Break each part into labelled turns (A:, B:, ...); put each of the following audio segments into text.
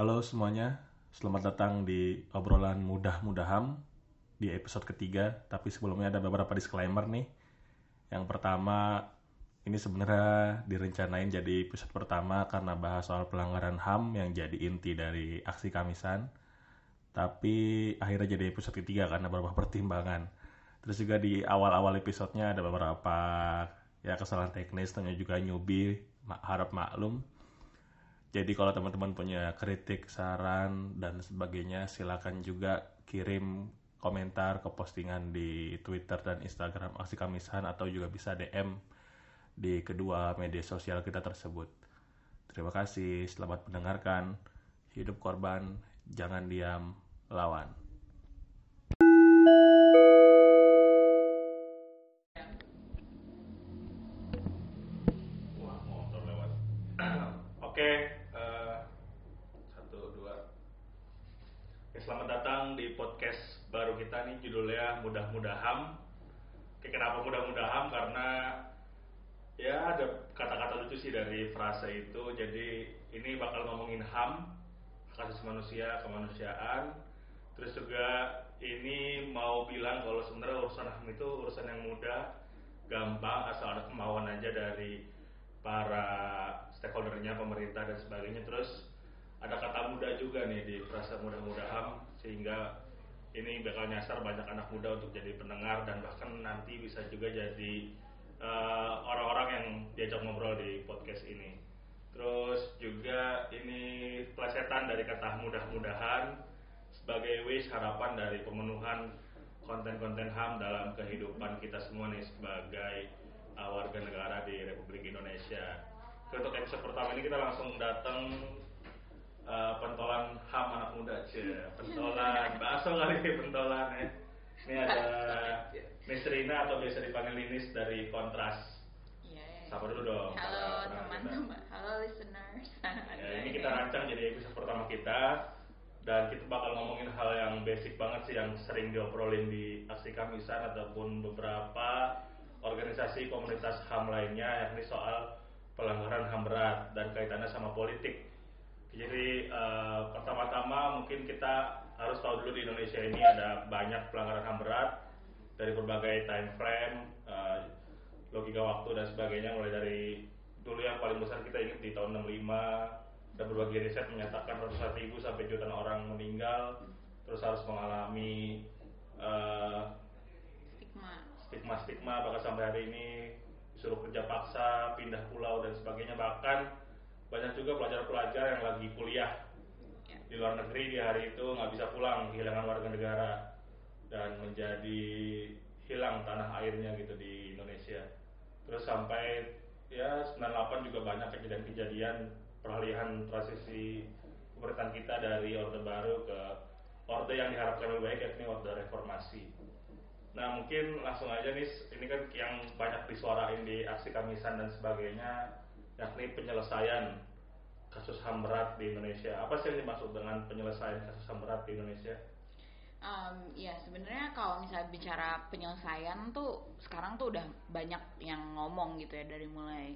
A: Halo semuanya, selamat datang di obrolan mudah-mudaham di episode ketiga. Tapi sebelumnya ada beberapa disclaimer nih. Yang pertama, ini sebenarnya direncanain jadi episode pertama karena bahas soal pelanggaran HAM yang jadi inti dari aksi Kamisan. Tapi akhirnya jadi episode ketiga karena beberapa pertimbangan. Terus juga di awal-awal episodenya ada beberapa kesalahan teknis, ternyata juga newbie, harap maklum. Jadi kalau teman-teman punya kritik, saran, dan sebagainya, silakan juga kirim komentar ke postingan di Twitter dan Instagram Aksi Kamisan atau juga bisa DM di kedua media sosial kita tersebut. Terima kasih, selamat mendengarkan. Hidup korban, jangan diam, lawan. Wah, motor lewat. Oke, satu, dua. Selamat datang di podcast baru kita nih, judulnya Mudah-Mudaham. Kenapa mudah-mudaham? Karena ya ada kata-kata lucu sih dari frase itu. Jadi ini bakal ngomongin HAM, hak asasi manusia, kemanusiaan. Terus juga ini mau bilang kalau sebenarnya urusan HAM itu urusan yang mudah, gampang, asal ada kemauan aja dari para stakeholdernya, pemerintah dan sebagainya. Terus ada kata muda juga nih di frasa mudah-mudahan, sehingga ini bakal nyasar banyak anak muda untuk jadi pendengar dan bahkan nanti bisa juga jadi orang-orang yang diajak ngobrol di podcast ini. Terus juga ini plesetan dari kata mudah-mudahan sebagai wish, harapan dari pemenuhan konten-konten HAM dalam kehidupan kita semua nih sebagai warga negara di Republik Indonesia. Untuk episode pertama ini kita langsung datang pentolan HAM anak muda, pentolan bakso kali ini, pentolan ya. Ini ada Miss Rina atau biasa dipanggil Ninis dari Kontras. Sapa dulu dong.
B: Halo teman-teman, halo listeners.
A: Ya, ini kita rancang jadi episode pertama kita. Dan kita bakal ngomongin hal yang basic banget sih, yang sering diobrolin di Aksi Kamisan ataupun beberapa organisasi komunitas HAM lainnya, yakni soal pelanggaran HAM berat dan kaitannya sama politik. Jadi pertama-tama mungkin kita harus tahu dulu di Indonesia ini ada banyak pelanggaran HAM berat dari berbagai time frame, logika waktu dan sebagainya, mulai dari dulu yang paling besar kita ingat di tahun 65. Dan berbagai riset menyatakan ratusan ribu sampai jutaan orang meninggal, terus harus mengalami stigma bahkan sampai hari ini disuruh kerja paksa, pindah pulau dan sebagainya. Bahkan banyak juga pelajar-pelajar yang lagi kuliah di luar negeri di hari itu nggak bisa pulang, kehilangan warga negara dan menjadi hilang tanah airnya gitu di Indonesia. Terus sampai ya 98 juga banyak kejadian-kejadian peralihan transisi pemerintahan kita dari Orde Baru ke Orde yang diharapkan lebih baik, yakni Orde Reformasi. Nah mungkin langsung aja nih, ini kan yang banyak disuarain di aksi Kamisan dan sebagainya, yakni penyelesaian kasus HAM berat di Indonesia. Apa sih yang dimaksud dengan penyelesaian kasus HAM berat di Indonesia?
B: Ya sebenarnya kalau misalnya bicara penyelesaian tuh sekarang tuh udah banyak yang ngomong gitu ya, dari mulai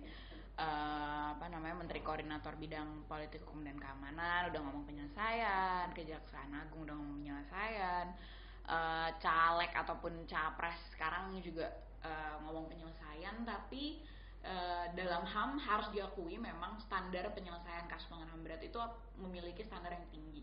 B: Menteri Koordinator Bidang Politik Hukum dan Keamanan udah ngomong penyelesaian, Kejaksaan Agung udah ngomong penyelesaian, caleg ataupun capres sekarang juga ngomong penyelesaian. Tapi dalam HAM harus diakui memang standar penyelesaian kasus pelanggaran HAM berat itu memiliki standar yang tinggi.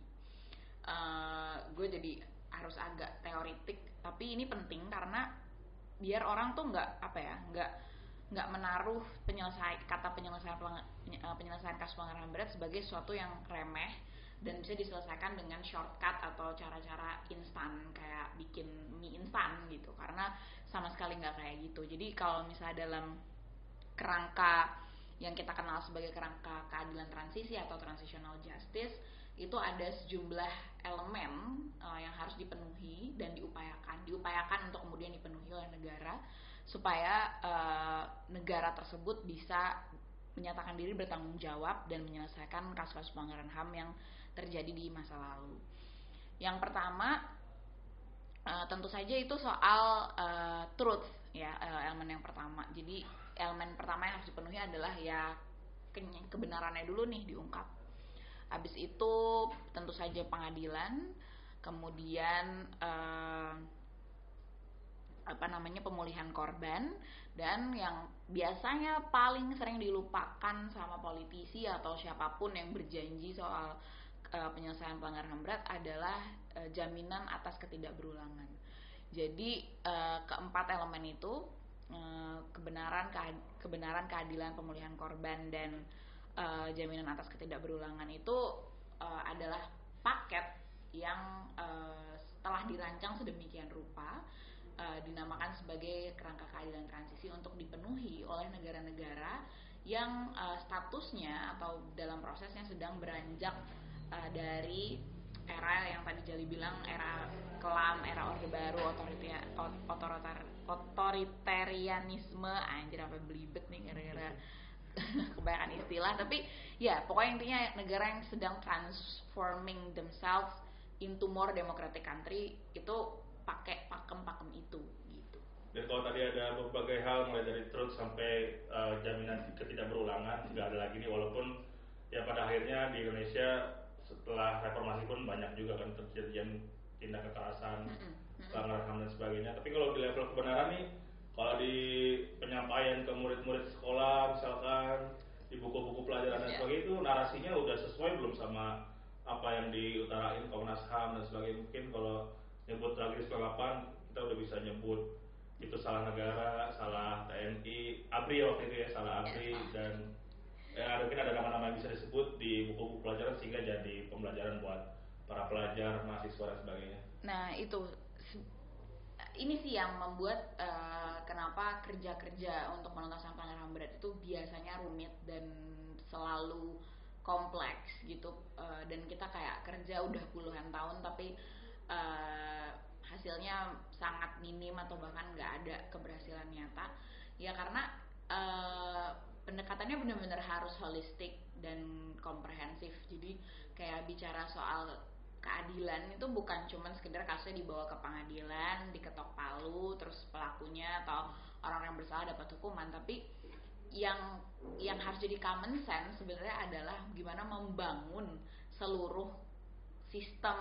B: Gue jadi harus agak teoritik, tapi ini penting karena biar orang tuh nggak menaruh kata penyelesaian kasus pelanggaran HAM berat sebagai sesuatu yang remeh dan bisa diselesaikan dengan shortcut atau cara-cara instan kayak bikin mie instan gitu, karena sama sekali nggak kayak gitu. Jadi kalau misalnya dalam kerangka yang kita kenal sebagai kerangka keadilan transisi atau transitional justice, itu ada sejumlah elemen yang harus dipenuhi dan diupayakan untuk kemudian dipenuhi oleh negara supaya negara tersebut bisa menyatakan diri bertanggung jawab dan menyelesaikan kasus-kasus pelanggaran HAM yang terjadi di masa lalu. Yang pertama tentu saja itu soal truth ya, elemen yang pertama. Jadi elemen pertama yang harus dipenuhi adalah ya kebenarannya dulu nih diungkap. Habis itu tentu saja pengadilan, kemudian pemulihan korban, dan yang biasanya paling sering dilupakan sama politisi atau siapapun yang berjanji soal penyelesaian pelanggaran HAM berat adalah jaminan atas ketidakberulangan. Jadi keempat elemen itu, kebenaran, keadilan, pemulihan korban, dan jaminan atas ketidakberulangan itu adalah paket yang telah dirancang sedemikian rupa, dinamakan sebagai kerangka keadilan transisi untuk dipenuhi oleh negara-negara yang statusnya atau dalam prosesnya sedang beranjak dari era yang tadi Jali bilang era kelam, era orde baru, otoritarianisme, anjir apa belibet nih gara-gara kebanyakan istilah, tapi ya pokoknya intinya negara yang sedang transforming themselves into more democratic country itu pakai pakem-pakem itu gitu.
A: Dan kalau tadi ada berbagai hal mulai dari truth sampai jaminan ketidakberulangan, nggak ada lagi nih, walaupun ya pada akhirnya di Indonesia setelah reformasi pun banyak juga kan terjadi tindak kekerasan, pelanggaran HAM dan sebagainya. Tapi kalau di level kebenaran nih, kalau di penyampaian ke murid-murid sekolah misalkan di buku-buku pelajaran dan sebagainya, itu narasinya udah sesuai belum sama apa yang diutarain Komnas HAM dan sebagainya. Mungkin kalau nyebut tragedi 98 kita udah bisa nyebut itu salah negara, salah TNI, ABRI waktu itu ya, salah ABRI, dan ya mungkin ada nama-nama yang bisa disebut di buku-buku pelajaran sehingga jadi pembelajaran buat para pelajar, mahasiswa dan sebagainya.
B: Nah itu, ini sih yang membuat kenapa kerja-kerja untuk menuntaskan pelanggaran HAM berat itu biasanya rumit dan selalu kompleks gitu, dan kita kayak kerja udah puluhan tahun tapi hasilnya sangat minim atau bahkan nggak ada keberhasilan nyata ya, karena pendekatannya benar-benar harus holistik dan komprehensif. Jadi kayak bicara soal keadilan itu bukan cuma sekedar kasusnya dibawa ke pengadilan, diketok palu, terus pelakunya atau orang yang bersalah dapat hukuman, tapi yang harus jadi common sense sebenarnya adalah gimana membangun seluruh sistem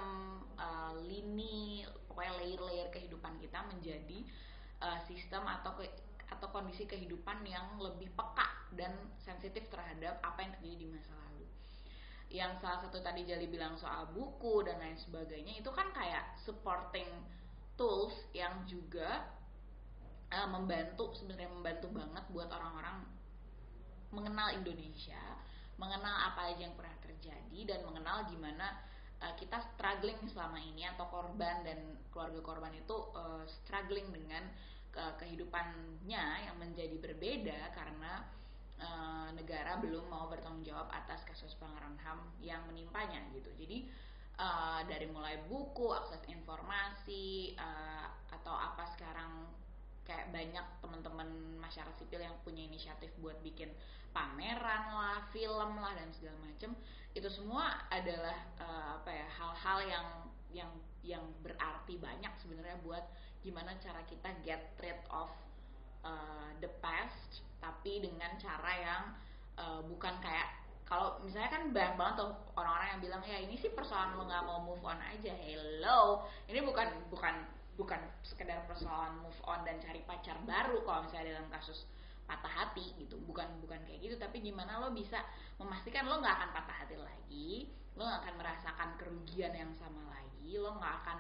B: lini, pokoknya layer-layer kehidupan kita menjadi sistem atau kondisi kehidupan yang lebih peka dan sensitif terhadap apa yang terjadi di masa lalu. Yang salah satu tadi Jali bilang soal buku dan lain sebagainya, itu kan kayak supporting tools yang juga membantu banget buat orang-orang mengenal Indonesia, mengenal apa aja yang pernah terjadi, dan mengenal gimana kita struggling selama ini, atau korban dan keluarga korban itu struggling dengan kehidupannya yang menjadi berbeda karena negara belum mau bertanggung jawab atas kasus pelanggaran HAM yang menimpanya gitu. Jadi dari mulai buku, akses informasi, atau apa sekarang kayak banyak teman-teman masyarakat sipil yang punya inisiatif buat bikin pameran lah, film lah, dan segala macam, itu semua adalah hal-hal yang berarti banyak sebenarnya buat gimana cara kita get rid of the past, tapi dengan cara yang bukan kayak, kalau misalnya kan banyak banget tuh orang-orang yang bilang ya ini sih persoalan lo nggak mau move on aja. Hello, ini bukan sekedar persoalan move on dan cari pacar baru kalau misalnya dalam kasus patah hati gitu, bukan kayak gitu, tapi gimana lo bisa memastikan lo nggak akan patah hati lagi, lo nggak akan merasakan kerugian yang sama lagi, lo nggak akan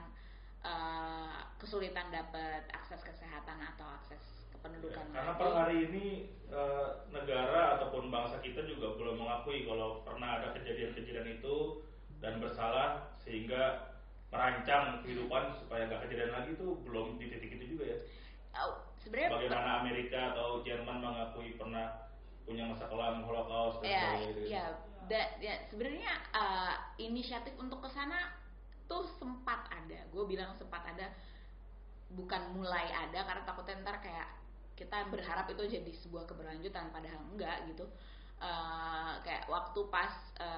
B: kesulitan dapat akses kesehatan atau akses kependudukan
A: ya, karena per hari ini negara ataupun bangsa kita juga belum mengakui kalau pernah ada kejadian-kejadian itu dan bersalah sehingga merancang kehidupan supaya nggak kejadian lagi, itu belum di titik itu juga ya.
B: Sebenarnya
A: bagaimana Amerika atau Jerman mengakui pernah punya masa kelam Holocaust dan sebagainya.
B: Ya sebenarnya inisiatif untuk kesana tuh sempat ada. Gue bilang sempat ada, bukan mulai ada, karena takutnya ntar kayak kita berharap itu jadi sebuah keberlanjutan, padahal enggak gitu. Kayak waktu pas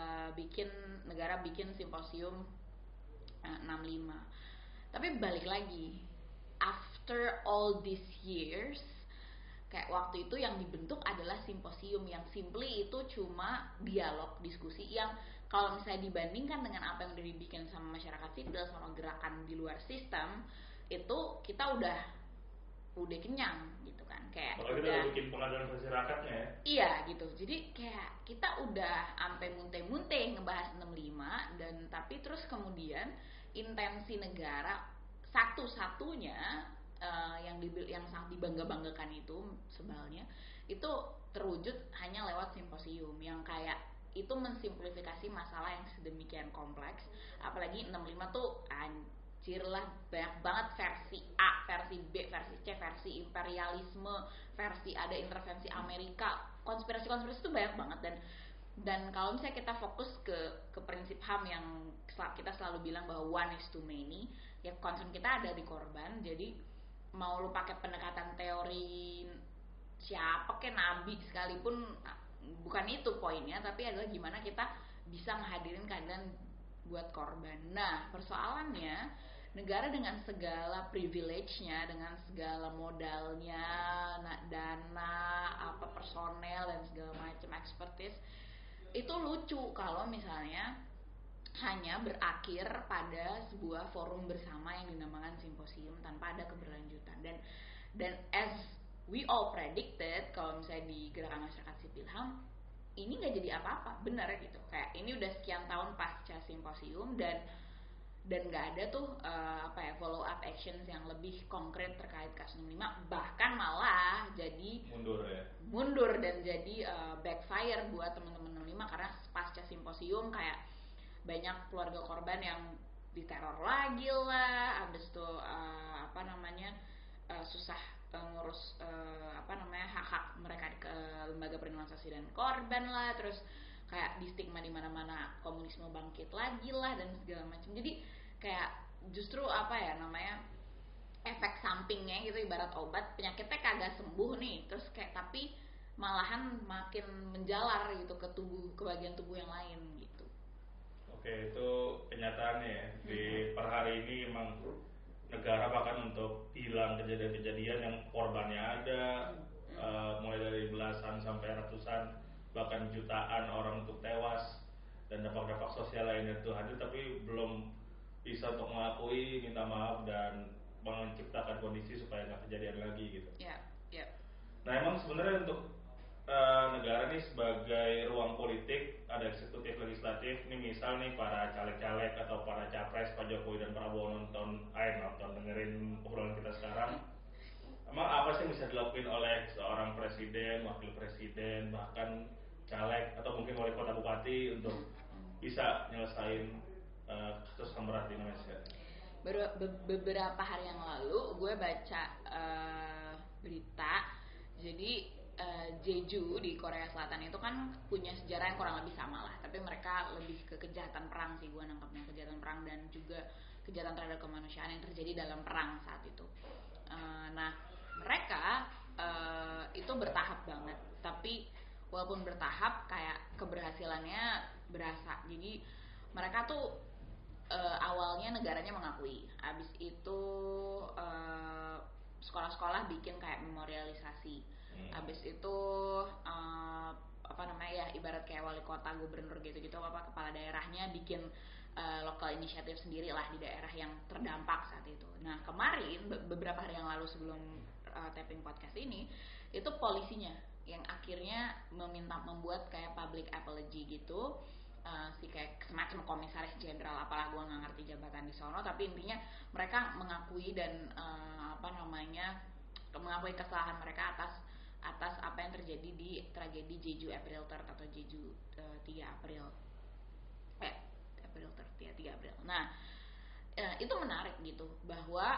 B: negara bikin simposium 65. Tapi balik lagi, after all these years, kayak waktu itu yang dibentuk adalah simposium yang simply itu cuma dialog, diskusi yang kalau misalnya dibandingkan dengan apa yang udah dibikin sama masyarakat sipil sama gerakan di luar sistem, itu kita udah kenyang gitu kan, kayak
A: Kalau kita udah bikin pengaduan versi rakyatnya ya.
B: iya gitu, jadi kayak kita udah sampai munte-munte ngebahas 65, dan tapi terus kemudian intensi negara satu-satunya yang sangat dibangga-banggakan itu sebalnya itu terwujud hanya lewat simposium yang kayak itu mensimplifikasi masalah yang sedemikian kompleks. Apalagi 65 tuh anjir lah, banyak banget versi A, versi B, versi C, versi imperialisme, versi ada intervensi Amerika, konspirasi-konspirasi itu banyak banget. Dan kalau misalnya kita fokus ke prinsip HAM yang kita selalu bilang bahwa one is too many, ya concern kita ada di korban. Jadi mau lu pakai pendekatan teori siapa kayak nabi sekalipun, bukan itu poinnya, tapi adalah gimana kita bisa menghadirin keadaan buat korban. Nah, persoalannya negara dengan segala privilege-nya, dengan segala modalnya, dana, apa personel dan segala macam expertise, itu lucu kalau misalnya hanya berakhir pada sebuah forum bersama yang dinamakan simposium tanpa ada keberlanjutan. Dan as we all predicted, kalau misalnya di gerakan masyarakat sipil HAM ini nggak jadi apa-apa, benar gitu. Kayak ini udah sekian tahun pasca simposium dan nggak ada tuh follow up actions yang lebih konkret terkait kasus 65, bahkan malah jadi mundur dan jadi backfire buat teman-teman 65 karena pasca simposium kayak banyak keluarga korban yang diteror lagi lah, abis itu susah ngurus hak-hak mereka ke lembaga perlindungan saksi dan korban lah, terus kayak di stigma di mana-mana komunisme bangkit lagi lah dan segala macam. Jadi kayak justru efek sampingnya gitu, ibarat obat penyakitnya kagak sembuh nih, terus kayak tapi malahan makin menjalar gitu ke bagian tubuh yang lain gitu.
A: Oke, itu kenyataannya ya. Di per hari ini emang negara bahkan untuk hilang kejadian-kejadian yang korbannya ada, mulai dari belasan sampai ratusan bahkan jutaan orang untuk tewas dan dampak-dampak sosial lainnya itu hadir, tapi belum bisa untuk mengakui, minta maaf dan menciptakan kondisi supaya nggak kejadian lagi gitu. Nah, emang sebenarnya untuk negara nih sebagai ruang politik, ada eksekutif, legislatif. Ini misal nih para caleg-caleg atau para capres Pak Jokowi dan Prabowo nonton dengerin obrolan kita sekarang. Emang apa sih yang bisa dilakukan oleh seorang presiden, wakil presiden, bahkan caleg atau mungkin wali kota bupati untuk bisa nyelesain kasus HAM berat di Indonesia?
B: Beberapa hari yang lalu gue baca berita, jadi Jeju di Korea Selatan itu kan punya sejarah yang kurang lebih sama lah, tapi mereka lebih ke kejahatan perang sih, gue nangkapnya kejahatan perang dan juga kejahatan terhadap kemanusiaan yang terjadi dalam perang saat itu. Nah, mereka itu bertahap banget, tapi walaupun bertahap kayak keberhasilannya berasa. Jadi mereka tuh awalnya negaranya mengakui, abis itu sekolah-sekolah bikin kayak memorialisasi, abis itu ibarat kayak wali kota, gubernur gitu-gitu, kepala daerahnya bikin local initiative sendiri lah di daerah yang terdampak saat itu. Nah, kemarin beberapa hari yang lalu sebelum taping podcast ini, itu polisinya yang akhirnya membuat kayak public apology gitu, si kayak semacam komisaris jenderal, apalah gue nggak ngerti jabatan di sono, tapi intinya mereka mengakui dan mengakui kesalahan mereka atas apa yang terjadi di tragedi Jeju April 3rd atau Jeju 3 April. April 3rd, 3 April. Nah, itu menarik gitu bahwa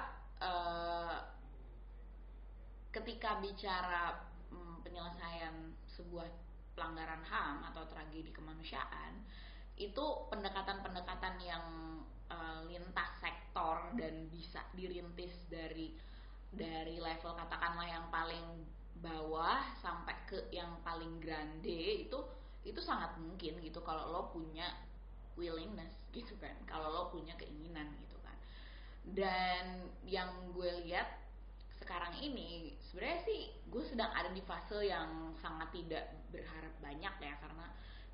B: ketika bicara penyelesaian sebuah pelanggaran HAM atau tragedi kemanusiaan, itu pendekatan-pendekatan yang lintas sektor dan bisa dirintis dari level katakanlah yang paling bawah sampai ke yang paling grande, itu sangat mungkin gitu kalau lo punya willingness gitu kan, kalau lo punya keinginan gitu kan. Dan yang gue lihat sekarang ini sebenarnya sih gue sedang ada di fase yang sangat tidak berharap banyak ya, karena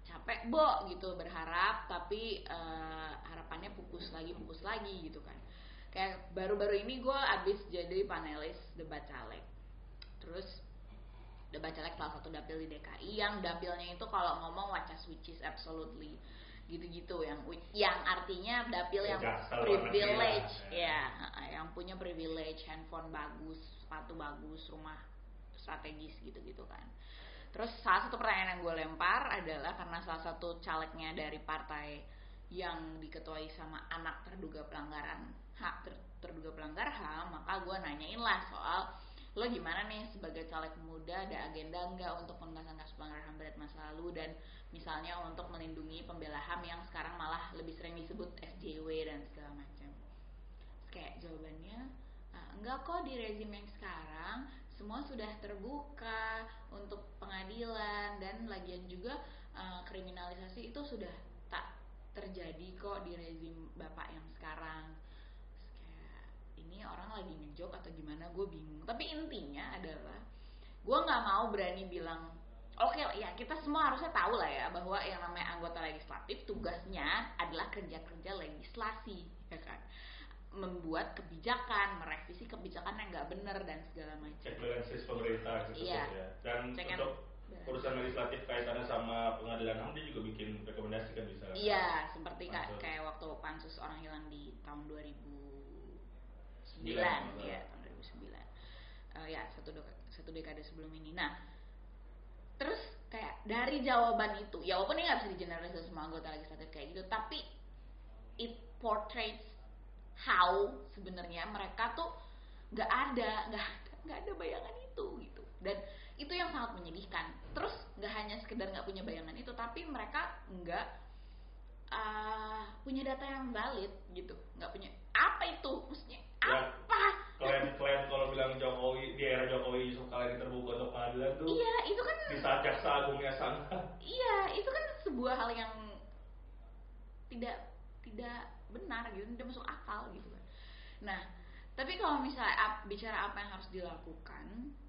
B: capek Bo gitu berharap, tapi harapannya pupus lagi gitu kan. Kayak baru-baru ini gue abis jadi panelis debat caleg. Terus debat caleg salah satu dapil di DKI, yang dapilnya itu kalau ngomong wacas which is absolutely gitu-gitu, yang artinya dapil yang privilege ya, yang punya privilege, handphone bagus, sepatu bagus, rumah strategis gitu-gitu kan. Terus salah satu pertanyaan yang gue lempar adalah karena salah satu calegnya dari partai yang diketuai sama anak terduga pelanggaran hak, terduga pelanggar HAM, maka gue nanyain lah soal lo gimana nih sebagai caleg muda, ada agenda enggak untuk pengentasan kasus pelanggaran HAM berat masa lalu, dan misalnya untuk melindungi pembela HAM yang sekarang malah lebih sering disebut SJW dan segala macam. Kayak jawabannya enggak kok, di rezim yang sekarang semua sudah terbuka untuk pengadilan, dan lagian juga kriminalisasi itu sudah tak terjadi kok di rezim bapak yang sekarang. Kayak ini orang lagi ngejok atau gimana, gue bingung. Tapi intinya adalah gue nggak mau berani bilang oke, ya kita semua harusnya tahu lah ya bahwa yang namanya anggota legislatif tugasnya adalah kerja-kerja legislasi, ya kan, membuat kebijakan, merevisi kebijakan yang nggak benar dan segala macam.
A: Check balances pemerintah gitu ya. Dan untuk urusan legislatif kaitannya sama pengadilan HAM dia juga bikin rekomendasi kan bisa.
B: Iya, seperti kayak waktu pansus orang hilang di tahun 2009 ya, tahun 2009. Ya, satu dekade sebelum ini. Nah, terus kayak dari jawaban itu, ya walaupun ini nggak bisa digeneralisasi semua anggota legislatif kayak gitu, tapi it portrays how sebenarnya mereka tuh nggak ada bayangan itu gitu, dan itu yang sangat menyedihkan. Terus nggak hanya sekedar nggak punya bayangan itu, tapi mereka nggak punya data yang valid gitu, nggak punya apa itu maksudnya ya, apa
A: klaim kalau bilang Jokowi di era Jokowi Yusuf Kala ini terbuka untuk pengadilan tuh,
B: iya itu kan
A: di saat jaksa agungnya sana,
B: iya itu kan sebuah hal yang tidak benar gitu, tidak masuk akal gitu kan. Nah, tapi kalau misalnya bicara apa yang harus dilakukan,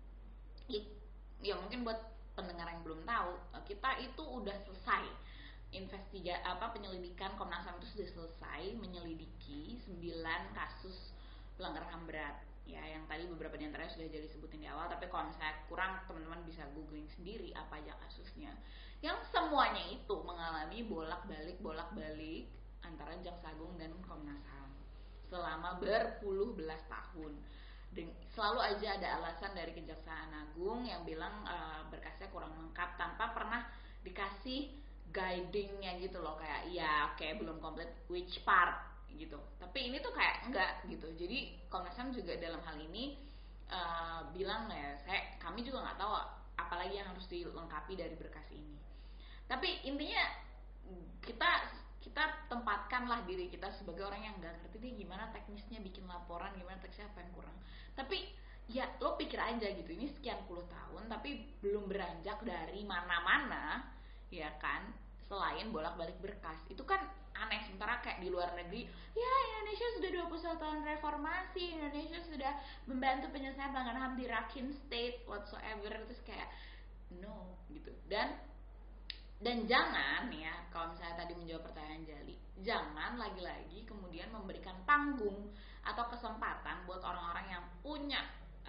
B: ya mungkin buat pendengar yang belum tahu, kita itu udah selesai penyelidikan. Komnas HAM itu sudah selesai menyelidiki 9 kasus pelanggaran HAM berat ya, yang tadi beberapa di antaranya sudah jadi sebutin di awal, tapi kalau misalnya kurang, teman-teman bisa googling sendiri apa aja kasusnya, yang semuanya itu mengalami bolak-balik antara Jaksa Agung dan Komnas HAM selama berpuluh belas tahun. Dan selalu aja ada alasan dari Kejaksaan Agung yang bilang berkasnya kurang lengkap, tanpa pernah dikasih guidingnya gitu loh, kayak ya kayak belum komplit which part gitu. Tapi ini tuh kayak enggak gitu. Jadi Komnas HAM juga dalam hal ini bilang ya, kami juga nggak tahu apalagi yang harus dilengkapi dari berkas ini. Tapi intinya kita tempatkanlah diri kita sebagai orang yang nggak ngerti deh gimana teknisnya bikin laporan, gimana teknisnya, apa yang kurang. Tapi ya lo pikir aja gitu, ini sekian puluh tahun tapi belum beranjak dari mana-mana ya kan, selain bolak-balik berkas. Itu kan aneh. Sementara kayak di luar negeri, ya Indonesia sudah 21 tahun reformasi, Indonesia sudah membantu penyelesaian pelanggaran HAM di Rakhine State whatsoever. Terus kayak no gitu. Dan jangan ya, kalau misalnya tadi menjawab pertanyaan Jali, jangan lagi-lagi kemudian memberikan panggung atau kesempatan buat orang-orang yang punya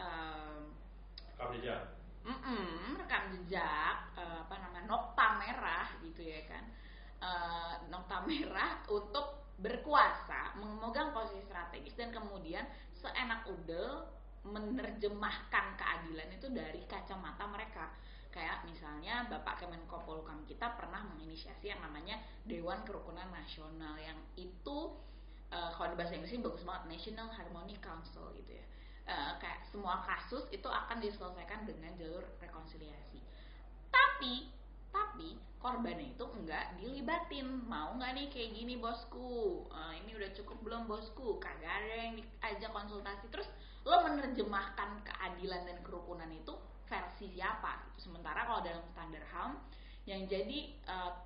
B: rekam jejak, nokta merah gitu ya kan, nokta merah untuk berkuasa, memegang posisi strategis, dan kemudian seenak udel menerjemahkan keadilan itu dari kacamata mereka. Kayak misalnya Bapak Kemenko Polhukam kita pernah menginisiasi yang namanya Dewan Kerukunan Nasional, yang itu kalau di bahasa Inggrisnya bagus banget, National Harmony Council gitu ya. Kayak semua kasus itu akan diselesaikan dengan jalur rekonsiliasi. Tapi korbannya itu enggak dilibatin. Mau nggak nih kayak gini bosku? Ini udah cukup belum bosku? Kagak ada yang diajak konsultasi. Terus lo menerjemahkan keadilan dan kerukunan itu versi siapa? Sementara kalau dalam standar HAM yang jadi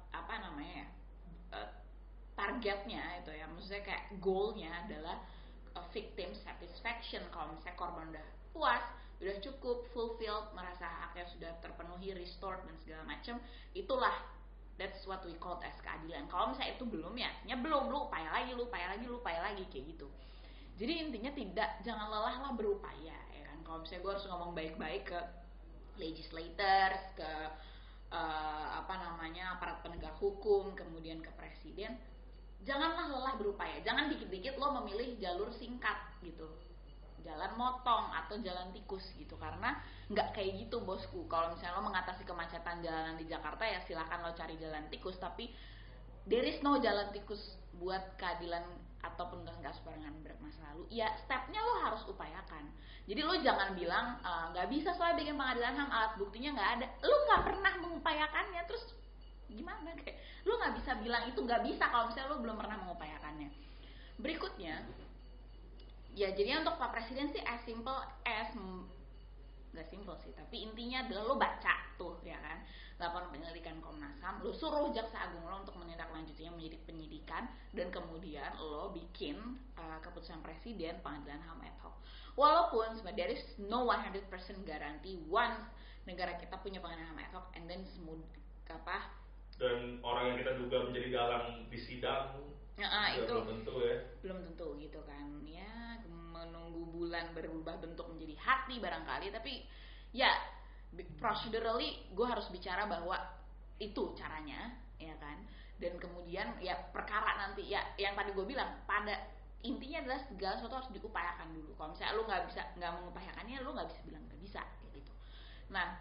B: targetnya itu ya, maksudnya kayak goalnya adalah victim satisfaction. Kalau misalnya korban udah puas, udah cukup fulfilled, merasa haknya sudah terpenuhi, restored dan segala macam, itulah That's what we call as keadilan. Kalau misalnya itu belum, ya belum, lu upaya lagi kayak gitu. Jadi intinya jangan lelah lah berupaya, ya kan. Kalau misalnya gue harus ngomong baik-baik ke legislators, ke aparat penegak hukum, kemudian ke presiden, janganlah lelah berupaya. Jangan dikit-dikit lo memilih jalur singkat gitu, jalan motong atau jalan tikus gitu, karena nggak kayak gitu bosku. Kalau misalnya lo mengatasi kemacetan jalanan di Jakarta, ya silakan lo cari jalan tikus, tapi there is no jalan tikus buat keadilan atau penuntasan kasus pelanggaran berat masa lalu. Ya stepnya lo harus upayakan. Jadi lo jangan bilang nggak bisa soalnya bikin pengadilan HAM, alat buktinya nggak ada. Lo nggak pernah mengupayakannya, terus gimana? Kayak lo nggak bisa bilang itu nggak bisa kalau misalnya lo belum pernah mengupayakannya. Berikutnya, ya jadinya untuk Pak Presiden sih as simple as, nggak simple sih, tapi intinya adalah lo baca tuh, ya kan, laporan penyelidikan Komnas HAM, lo suruh Jaksa Agung lo untuk menindaklanjutinya menjadi penyidikan, dan kemudian lo bikin keputusan Presiden pengadilan HAM ad hoc. Walaupun sebenarnya there is no 100% guarantee once negara kita punya pengadilan HAM ad hoc and then smooth
A: dan orang yang kita duga menjadi dalang di sidang
B: itu
A: belum tentu ya.
B: Belum tentu gitu kan. Ya, menunggu bulan berubah bentuk menjadi hati barangkali, tapi ya procedurally gue harus bicara bahwa itu caranya, ya kan. Dan kemudian ya perkara nanti, ya yang tadi gue bilang, pada intinya adalah segala sesuatu harus diupayakan dulu. Kalau misalnya lu nggak mengupayakannya, lu nggak bisa bilang nggak bisa kayak gitu. Nah,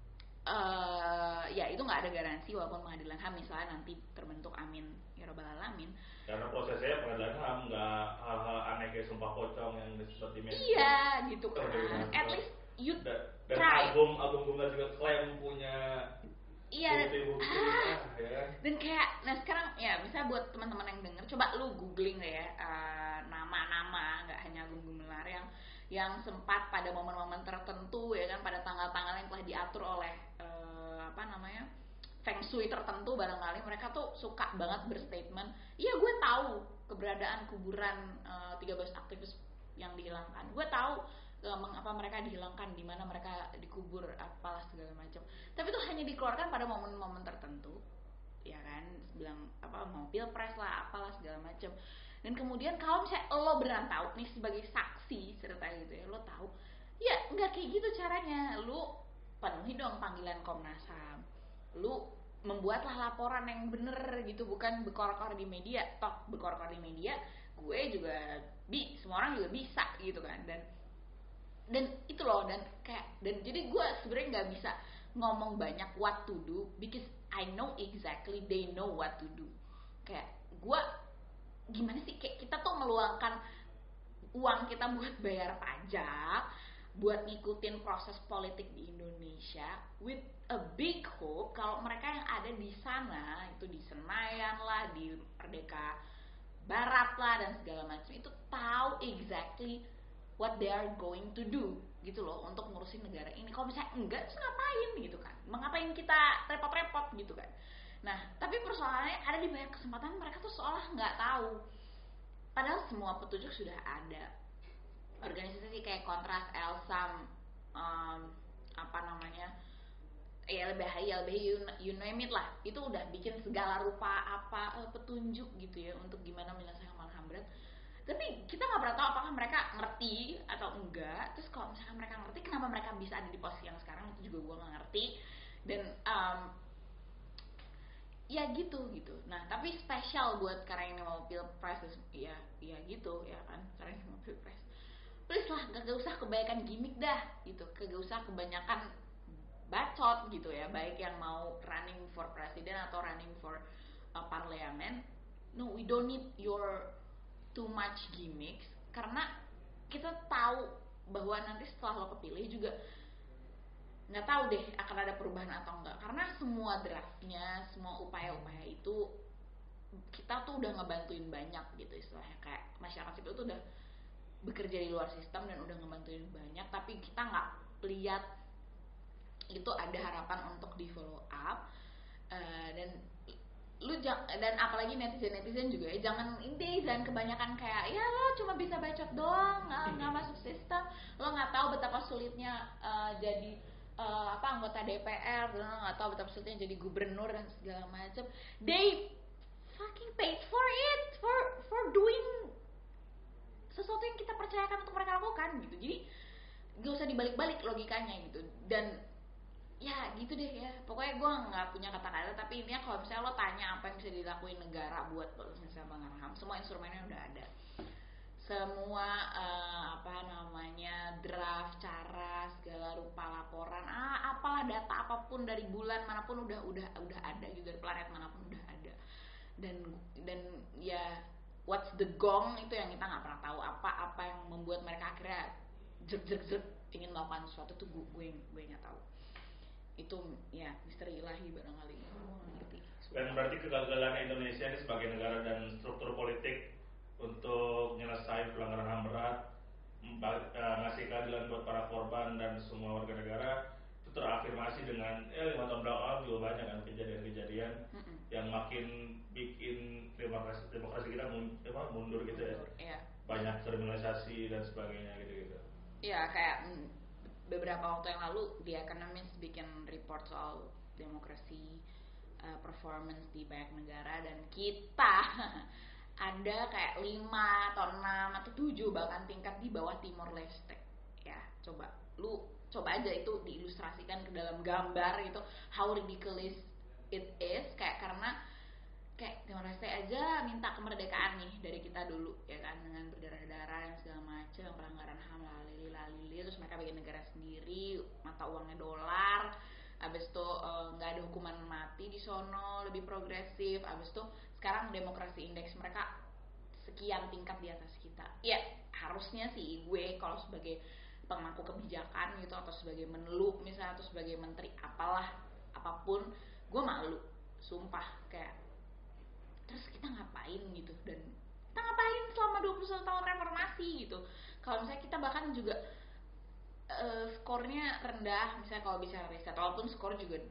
B: ya itu nggak ada garansi walaupun pengadilan HAM misalnya nanti terbentuk, amin ya robbal alamin,
A: karena prosesnya pengadilan HAM nggak hal-hal aneh kayak sumpah pocong yang seperti
B: iya gitu kan. At least you
A: dan
B: try.
A: Agung Gumelar juga klaim punya bukti-bukti ya.
B: Dan kayak, nah sekarang ya misalnya buat teman-teman yang denger, coba lu googling deh ya, nama-nama, nggak hanya Agung Gumelar, yang sempat pada momen-momen tertentu, ya kan, pada tanggal-tanggal yang telah diatur oleh feng shui tertentu, barangkali mereka tuh suka banget berstatement, iya gue tahu keberadaan kuburan 13 aktivis yang dihilangkan, gue tahu mengapa mereka dihilangkan, di mana mereka dikubur, apalah segala macam. Tapi itu hanya dikeluarkan pada momen-momen tertentu, ya kan, bilang mau pilpres lah, apalah segala macam. Dan kemudian kalau misalnya lo beneran tahu nih sebagai saksi serta gitu ya, lo tahu, ya nggak kayak gitu caranya. Lo penuhi dong panggilan Komnas HAM, lo membuatlah laporan yang bener gitu, bukan bekor-kor di media. Toh bekor-kor di media gue juga semua orang juga bisa gitu kan. Dan itu loh, dan jadi gue sebenarnya nggak bisa ngomong banyak what to do because I know exactly they know what to do. Kayak gue gimana sih, kayak kita tuh meluangkan uang kita buat bayar pajak, buat ngikutin proses politik di Indonesia with a big hope kalau mereka yang ada di sana, itu di Senayan lah, di Merdeka Barat lah, dan segala macam, itu tahu exactly what they are going to do gitu loh untuk ngurusin negara ini. Kalau misalnya enggak, terus ngapain gitu kan, mengapain kita repot-repot gitu kan. Nah, tapi persoalannya ada di banyak kesempatan mereka tuh seolah nggak tahu, padahal semua petunjuk sudah ada. Organisasi kayak Kontras, Elsam, LBHI, you name it lah, itu udah bikin segala rupa petunjuk gitu ya untuk gimana menyelesaikan HAM berat. Tapi kita nggak pernah tahu apakah mereka ngerti atau enggak. Terus kalau misalkan mereka ngerti, kenapa mereka bisa ada di posisi yang sekarang, itu juga gue nggak ngerti. Dan ya gitu. Nah, tapi spesial buat sekarang ini mau pilpres, ya gitu ya kan, sekarang ini mau pilpres, please lah, gak usah kebanyakan gimmick dah gitu, gak usah kebanyakan bacot gitu ya, baik yang mau running for presiden atau running for parlemen. No, we don't need your too much gimmicks, karena kita tahu bahwa nanti setelah lo kepilih juga nggak tahu deh akan ada perubahan atau enggak, karena semua draftnya, semua upaya-upaya itu kita tuh udah ngebantuin banyak gitu, istilahnya kayak masyarakat sipil tuh udah bekerja di luar sistem dan udah ngebantuin banyak, tapi kita nggak lihat itu ada harapan untuk di follow up. Dan apalagi netizen juga ya, jangan kebanyakan kayak ya lo cuma bisa bacot doang, nggak masuk sistem, lo nggak tahu betapa sulitnya jadi anggota DPR, gue nggak tahu maksudnya jadi gubernur dan segala macam. They fucking paid for it, for doing sesuatu yang kita percayakan untuk mereka lakukan gitu. Jadi gak usah dibalik-balik logikanya gitu. Dan ya gitu deh ya, pokoknya gue nggak punya kata-kata, tapi intinya kalau misalnya lo tanya apa yang bisa dilakuin negara buat lo misalnya Pelanggaran HAM, semua instrumennya udah ada, semua draft, cara, segala rupa laporan, apalah data apapun dari bulan manapun udah ada gitu, dari planet manapun udah ada. Dan ya what's the gong itu yang kita nggak pernah tahu, apa yang membuat mereka akhirnya zek ingin melakukan sesuatu tuh gue nggak tahu. Itu ya misteri ilahi barangkali, gue nggak ngerti.
A: Dan berarti kegagalan Indonesia ini sebagai negara dan struktur politik untuk menyelesaikan pelanggaran HAM berat, ngasih keadilan buat para korban dan semua warga negara, itu terafirmasi dengan 5 tahun belakangan juga banyak kan kejadian-kejadian yang makin bikin demokrasi kita mundur gitu ya.
B: Iya.
A: Banyak kriminalisasi dan sebagainya gitu-gitu.
B: Iya, kayak beberapa waktu yang lalu The Economist bikin report soal demokrasi performance di banyak negara, dan kita ada kayak 5 atau 6 atau 7 bahkan tingkat di bawah Timor Leste. Ya, coba aja itu diilustrasikan ke dalam gambar gitu, how ridiculous it is. Karena Timor Leste aja minta kemerdekaan nih dari kita dulu ya kan, dengan berdarah-darah dan segala macam, pelanggaran HAM lalili, terus mereka bikin negara sendiri, mata uangnya dolar. Abis itu nggak ada hukuman mati di sono, lebih progresif. Abis itu sekarang demokrasi indeks mereka sekian tingkat di atas kita. Ya harusnya sih gue kalau sebagai pemangku kebijakan gitu, atau sebagai menlu misalnya, atau sebagai menteri apapun, gue malu sumpah. Kayak terus kita ngapain gitu, dan kita ngapain selama 21 tahun reformasi gitu. Kalau misalnya kita bahkan juga skornya rendah, misalnya kalau bicara riset, walaupun skor juga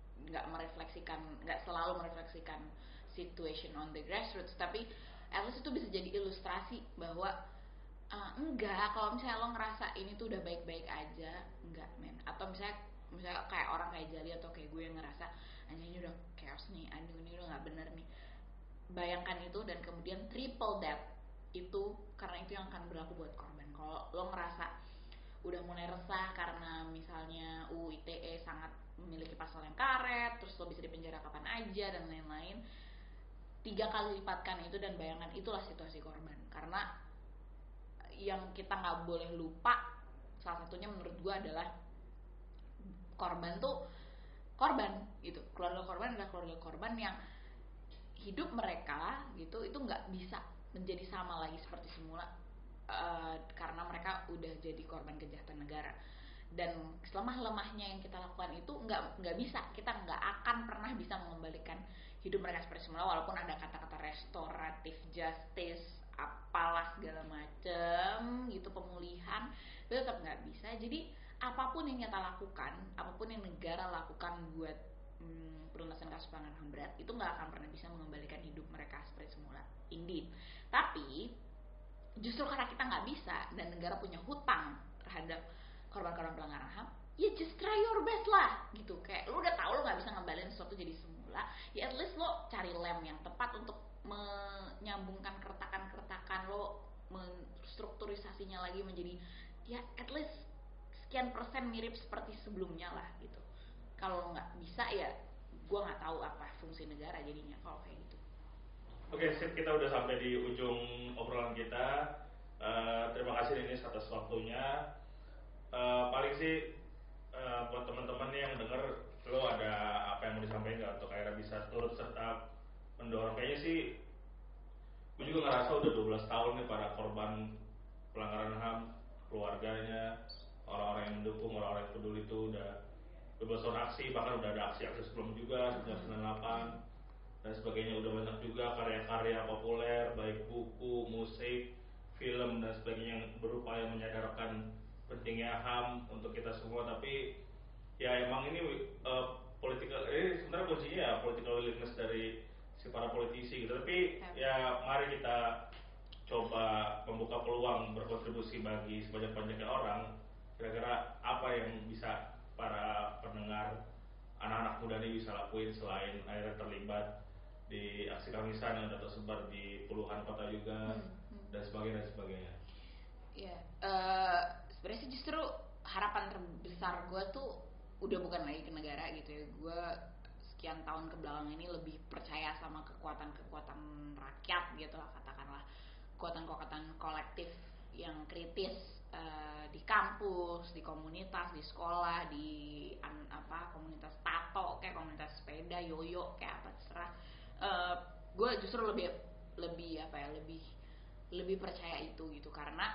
B: nggak selalu merefleksikan situation on the grassroots, tapi at least itu bisa jadi ilustrasi bahwa enggak, kalau misalnya lo ngerasa ini tuh udah baik-baik aja, enggak men. Atau misalnya kayak orang kayak Jali atau kayak gue yang ngerasa anjing ini udah chaos nih, ini udah nggak bener nih, bayangkan itu dan kemudian triple that itu, karena itu yang akan berlaku buat korban. Kalau lo ngerasa udah mulai resah karena misalnya UU ITE sangat memiliki pasal yang karet, terus lo bisa dipenjara kapan aja dan lain-lain, 3 kali lipatkan itu dan bayangkan itulah situasi korban. Karena yang kita nggak boleh lupa, salah satunya menurut gue adalah korban tuh korban gitu. Keluarga korban adalah keluarga korban yang hidup mereka gitu itu nggak bisa menjadi sama lagi seperti semula, karena mereka udah jadi korban kejahatan negara. Dan selemah-lemahnya yang kita lakukan itu nggak bisa, kita nggak akan pernah bisa mengembalikan hidup mereka seperti semula, walaupun ada kata-kata restoratif justice apalah segala macem gitu, pemulihan, itu tetap nggak bisa. Jadi apapun yang kita lakukan, apapun yang negara lakukan buat pelunasan kasus pelanggaran HAM berat, itu nggak akan pernah bisa mengembalikan hidup mereka seperti semula, indeed. Tapi justru karena kita nggak bisa dan negara punya hutang terhadap korban-korban pelanggaran HAM, ya just try your best lah gitu. Kayak lo udah tahu lo nggak bisa ngembalin sesuatu jadi semula, ya at least lo cari lem yang tepat untuk menyambungkan keretakan-keretakan, lo menstrukturisasinya lagi menjadi ya at least sekian persen mirip seperti sebelumnya lah gitu. Kalau nggak bisa ya gue nggak tahu apa fungsi negara jadinya kalau kayak gitu.
A: Oke, sip, kita udah sampai di ujung obrolan kita. Terima kasih Denis atas waktunya. Paling sih buat teman-teman yang denger, lo ada apa yang mau disampaikan nggak untuk akhirnya bisa turut serta mendorong? Kayaknya sih gue juga ngerasa udah 12 tahun nih para korban pelanggaran HAM, keluarganya, orang-orang yang mendukung, orang-orang yang peduli itu udah 12 tahun aksi, bahkan udah ada aksi-aksi sebelum juga sejak 98 dan sebagainya. Udah banyak juga karya-karya populer, baik buku, musik, film dan sebagainya yang berupaya menyadarkan pentingnya HAM untuk kita semua. Tapi ya emang ini sebenarnya kuncinya ya political willingness dari si para politisi gitu. Tapi ya mari kita coba membuka peluang berkontribusi bagi sebanyak-banyaknya orang. Kira-kira apa yang bisa para muda ini bisa lakuin selain akhirnya terlibat di aksi kamisan yang udah tersebar di puluhan kota juga dan sebagainya.
B: Iya, sebenarnya sih justru harapan terbesar gue tuh udah bukan lagi ke negara gitu ya. Gue sekian tahun kebelakang ini lebih percaya sama kekuatan-kekuatan rakyat gitu lah, katakanlah kekuatan-kekuatan kolektif yang kritis di kampus, di komunitas, di sekolah, di komunitas tato kayak komunitas sepeda, yoyo kayak apa terserah. Gue justru lebih percaya itu gitu, karena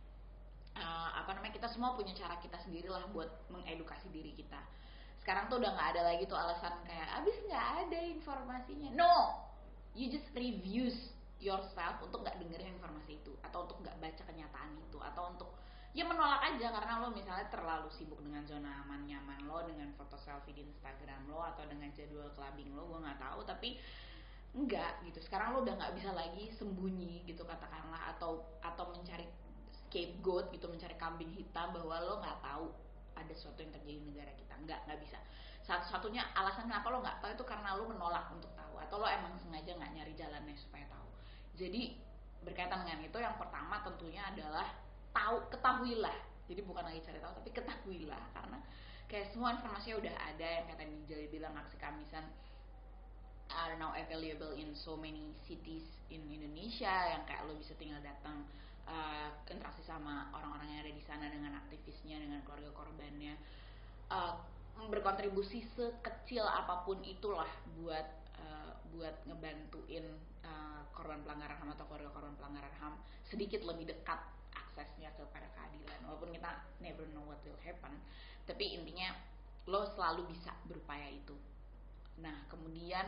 B: kita semua punya cara kita sendiri lah buat mengedukasi diri kita. Sekarang tuh udah nggak ada lagi tuh alasan kayak abis nggak ada informasinya. No, you just reviews yourself untuk nggak dengerin informasi itu, atau untuk nggak baca kenyataan itu, atau untuk ya menolak aja karena lo misalnya terlalu sibuk dengan zona aman nyaman lo, dengan foto selfie di Instagram lo, atau dengan jadwal clubbing lo, gue nggak tahu, tapi enggak gitu. Sekarang lo udah nggak bisa lagi sembunyi gitu katakanlah, atau mencari scapegoat gitu, mencari kambing hitam bahwa lo nggak tahu ada sesuatu yang terjadi di negara kita. Nggak bisa. Satu-satunya alasan kenapa lo nggak tahu itu karena lo menolak untuk tahu, atau lo emang sengaja nggak nyari jalannya supaya tahu. Jadi berkaitan dengan itu, yang pertama tentunya adalah ketahuilah. Jadi bukan lagi cari tahu, tapi ketahuilah, karena kayak semua informasinya udah ada. Yang kata Nijal bilang, aksi kamisan are now available in so many cities in Indonesia, yang kayak lo bisa tinggal datang interaksi sama orang-orang yang ada di sana, dengan aktivisnya, dengan keluarga korbannya, berkontribusi sekecil apapun itulah buat ngebantuin korban pelanggaran HAM atau keluarga korban pelanggaran HAM sedikit lebih dekat aksesnya kepada keadilan. Walaupun kita never know what will happen, tapi intinya lo selalu bisa berupaya itu. Nah kemudian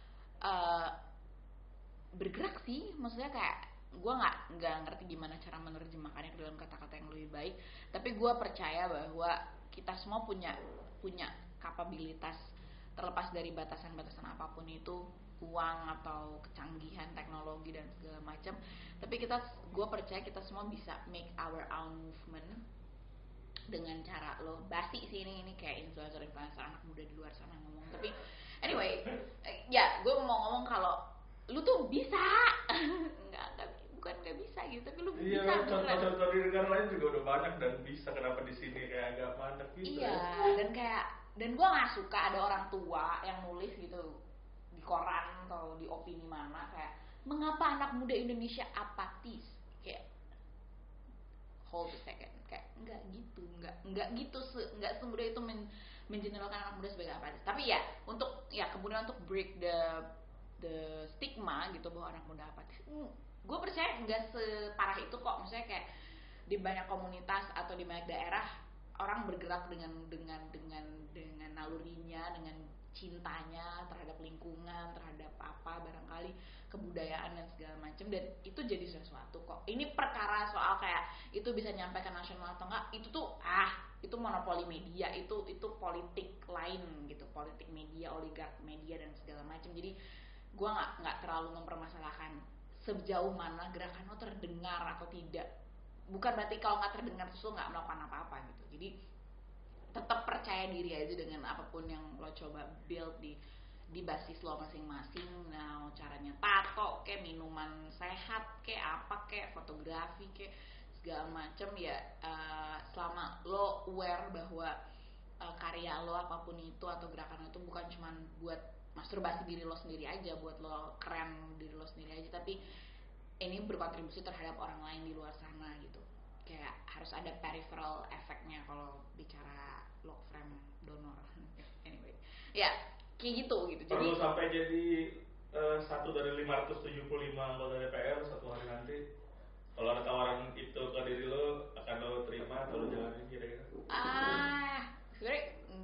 B: bergerak sih, maksudnya kayak gue nggak ngerti gimana cara menerjemahkannya ke dalam kata-kata yang lebih baik, tapi gue percaya bahwa kita semua punya kapabilitas, terlepas dari batasan-batasan apapun itu, uang atau kecanggihan teknologi dan segala macam. Tapi gue percaya kita semua bisa make our own movement dengan cara lo basi sih, ini kayak influencer anak muda di luar sana ngomong. Tapi anyway, ya gue mau ngomong kalau lu tuh bisa bukan nggak bisa gitu, tapi lu bisa.
A: Iya, contoh-contoh di negara lain juga udah banyak dan bisa. Kenapa di sini kayak agak mandek gitu?
B: Iya, dan gue nggak suka ada orang tua yang nulis gitu di koran atau di opini mana kayak, mengapa anak muda Indonesia apatis, kayak hold a second, kayak nggak semudah itu mengeneralkan anak muda sebagai apatis. Tapi ya kemudian untuk break the stigma gitu bahwa anak muda apatis, gue percaya nggak separah itu kok. Maksudnya kayak di banyak komunitas atau di banyak daerah orang bergerak dengan nalurinya, dengan cintanya terhadap lingkungan, terhadap barangkali kebudayaan dan segala macam, dan itu jadi sesuatu kok. Ini perkara soal kayak itu bisa nyampe ke nasional atau enggak, itu tuh itu monopoli media, itu politik lain gitu, politik media, oligark media dan segala macam. Jadi gue nggak terlalu mempermasalahkan sejauh mana gerakan lo terdengar atau tidak. Bukan berarti kalau nggak terdengar terus lo nggak melakukan apa-apa gitu. Jadi tetap percaya diri aja dengan apapun yang lo coba build di basis lo masing-masing. Nah, caranya tato kayak minuman sehat kayak apa kayak fotografi kayak segala macam ya, selama lo aware bahwa karya lo apapun itu atau gerakan lo itu bukan cuma buat masturbasi diri lo sendiri aja, buat lo keren diri lo sendiri aja, tapi ini berkontribusi terhadap orang lain di luar sana gitu. Kayak harus ada peripheral efeknya kalau bicara log frame donor. Anyway, ya kayak gitu.
A: Perlu jadi sampai jadi satu dari 575 anggota DPR satu hari nanti. Kalau ada tawaran itu ke diri lo, akan lo terima atau lo jalanin kira-kira?
B: Sebenarnya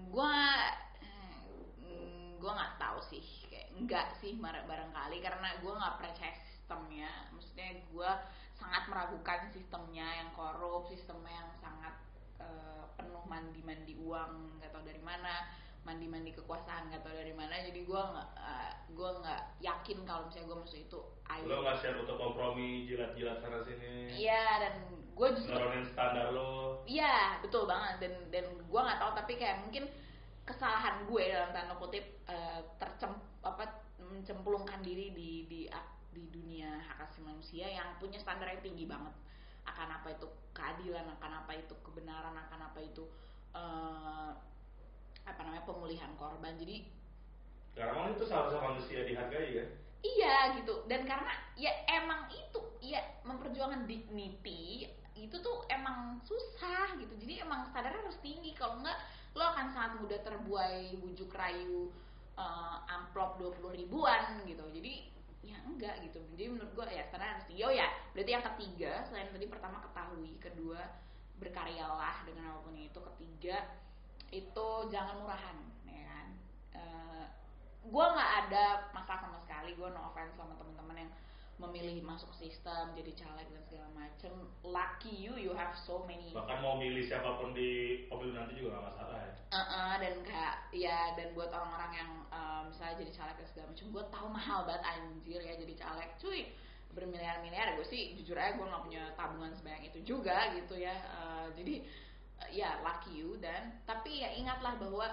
B: gue nggak tahu sih, kayak enggak sih barangkali karena gue nggak percaya sistemnya. Maksudnya gue sangat meragukan sistemnya yang korup, sistemnya yang sangat penuh mandi uang nggak tahu dari mana, mandi kekuasaan nggak tahu dari mana. Jadi gue nggak yakin kalau misalnya gue masuk itu.
A: Lo nggak siap untuk kompromi jilat-jilat sana sini?
B: Iya, dan gue justru
A: nurunin standar lo.
B: Iya betul banget, dan gue nggak tahu, tapi kayak mungkin kesalahan gue dalam tanda kutip mencemplungkan diri di dunia hak asasi manusia yang punya standar yang tinggi banget akan apa itu keadilan, akan apa itu kebenaran, akan apa itu pemulihan korban. Jadi
A: karena itu seharusnya manusia dihargai ya.
B: iya gitu, dan karena ya emang itu ya memperjuangkan dignity itu tuh emang susah gitu. Jadi emang standarnya harus tinggi, kalau enggak lo akan sangat mudah terbuai bujuk rayu amplop 20 ribuan gitu. Jadi ya enggak gitu. Jadi menurut gue ya standar harus tinggi. Oh ya, berarti yang ketiga selain tadi pertama ketahui, kedua berkaryalah dengan apapun itu, ketiga itu jangan murahan ya kan. Gue nggak ada masalah sama sekali, gue no offense sama teman-teman yang memilih masuk sistem jadi caleg dan segala macem. Lucky you have so many,
A: bahkan mau milih siapapun di pemilu nanti juga gak masalah ya.
B: Dan kayak ya, dan buat orang-orang yang misalnya jadi caleg dan segala macem, gue tahu mahal banget anjir ya jadi caleg cuy, bermiliar-miliar. Gue sih jujur aja gue nggak punya tabungan sebanyak itu juga gitu ya. Jadi ya lucky you. Dan tapi ya ingatlah bahwa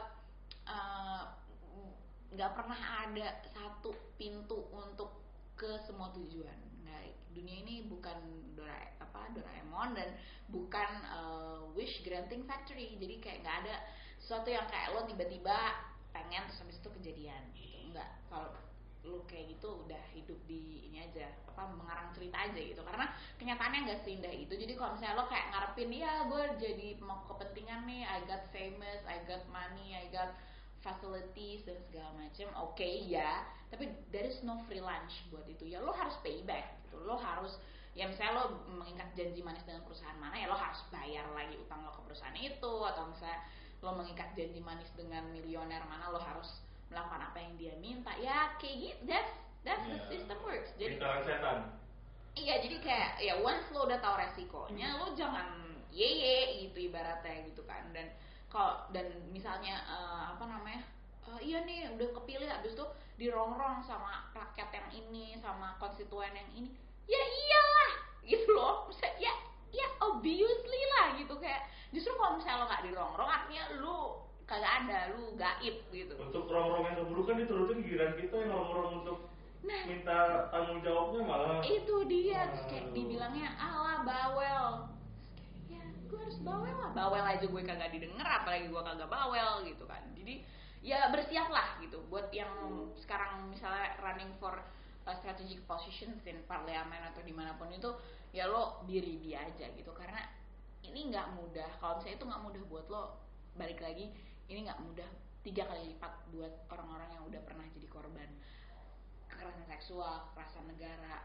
B: nggak pernah ada satu pintu untuk ke semua tujuan. Nggak, dunia ini bukan Doraemon dan bukan wish granting factory. Jadi kayak nggak ada sesuatu yang kayak lo tiba-tiba pengen terus habis itu kejadian gitu. Nggak, kalau lo kayak gitu udah hidup di ini aja, mengarang cerita aja gitu. Karena kenyataannya nggak seindah itu. Jadi kalau misalnya lo kayak ngarepin ya gue jadi mau kepentingan nih, I got famous, I got money, I got facilities dan segala macam, oke ya, tapi there is no free lunch buat itu ya. Lo harus pay back gitu. Lo harus ya, misalnya lo mengikat janji manis dengan perusahaan mana ya lo harus bayar lagi utang lo ke perusahaan itu. Atau misalnya lo mengikat janji manis dengan milioner mana, lo harus melakukan apa yang dia minta ya, kayak gitu. That's the system works. Jadi
A: setan.
B: Iya, jadi kayak ya once lo udah tahu resikonya, lo jangan ye gitu ibaratnya gitu kan. Dan misalnya iya nih udah kepilih, habis itu dirongrong sama rakyat yang ini, sama konstituen yang ini, ya iyalah gitu loh. Misalnya ya obviously lah gitu. Kayak justru kalau misalnya lo nggak dirongrong artinya lo kagak ada, lu gaib gitu.
A: Untuk rongrong yang keburukan diturutin giliran kita yang rongrong untuk minta tanggung jawabnya malah
B: itu dia. Terus kayak dibilangnya ala bawel. Ya gue harus bawel aja gue kagak didengar, apalagi gue kagak bawel gitu kan. Jadi ya bersiaplah gitu buat yang sekarang misalnya running for strategic positions in parlemen atau dimanapun itu, ya lo diri dia aja gitu. Karena ini nggak mudah. Kalau misalnya itu nggak mudah buat lo, balik lagi, ini nggak mudah 3 kali lipat buat orang-orang yang udah pernah jadi korban kekerasan seksual, kekerasan negara,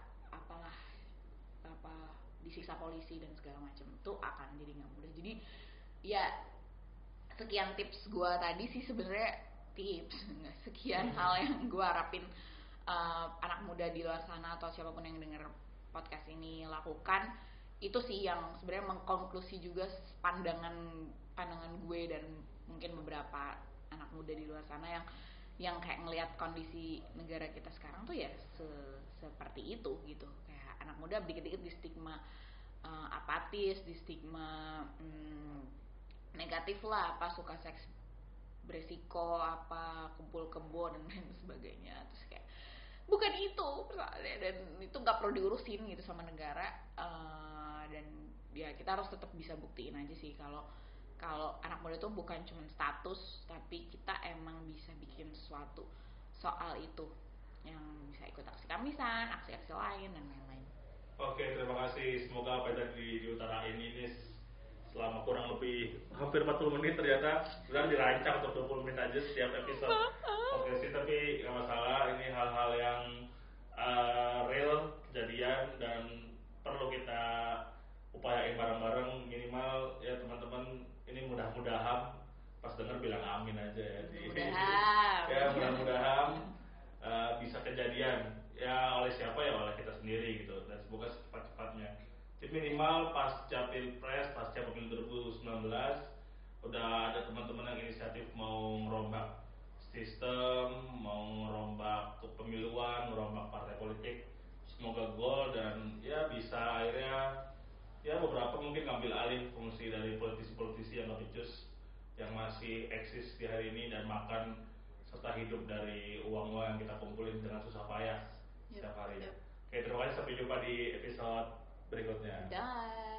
B: disiksa polisi dan segala macam. Itu akan jadi nggak mudah. Jadi ya sekian tips gue tadi sih sebenarnya, sekian hal yang gue harapin anak muda di luar sana atau siapapun yang denger podcast ini lakukan. Itu sih yang sebenarnya mengkonklusi juga pandangan gue dan mungkin beberapa anak muda di luar sana yang kayak ngelihat kondisi negara kita sekarang tuh ya seperti itu gitu. Kayak anak muda dikit-dikit di stigma apatis, di stigma negatif lah, suka seks beresiko, kumpul kebo dan lain sebagainya. Terus kayak bukan itu persoalannya, dan itu nggak perlu diurusin gitu sama negara. Dan ya kita harus tetap bisa buktiin aja sih kalau anak muda itu bukan cuma status, tapi kita emang bisa bikin sesuatu soal itu, yang bisa ikut aksi kamisan, aksi-aksi lain dan lain-lain.
A: Oke, terima kasih. Semoga apa yang tadi diutarain ini selama kurang lebih hampir 40 menit ternyata sebenarnya dirancang untuk 20 menit aja setiap episode podcast ini, tapi gak masalah. Ini hal-hal yang real, kejadian, dan perlu kita upayain bareng-bareng. Minimal ya teman-teman, ini mudah-mudahan pas denger bilang amin aja ya. Mudah-mudahan bisa kejadian ya, oleh siapa ya, oleh kita sendiri gitu. Dan semoga secepat-cepatnya. Jadi minimal pasca pilpres, pasca pemilu 2019 udah ada teman-teman yang inisiatif mau merombak sistem, mau merombak kepemiluan, merombak partai politik. Semoga gol dan ya bisa akhirnya ya beberapa mungkin ngambil alih fungsi dari politisi-politisi yang gak becus yang masih eksis di hari ini dan makan serta hidup dari uang-uang yang kita kumpulin dengan susah payah setiap harinya. Oke, terima kasih, sampai jumpa di episode berikutnya.
B: Dah.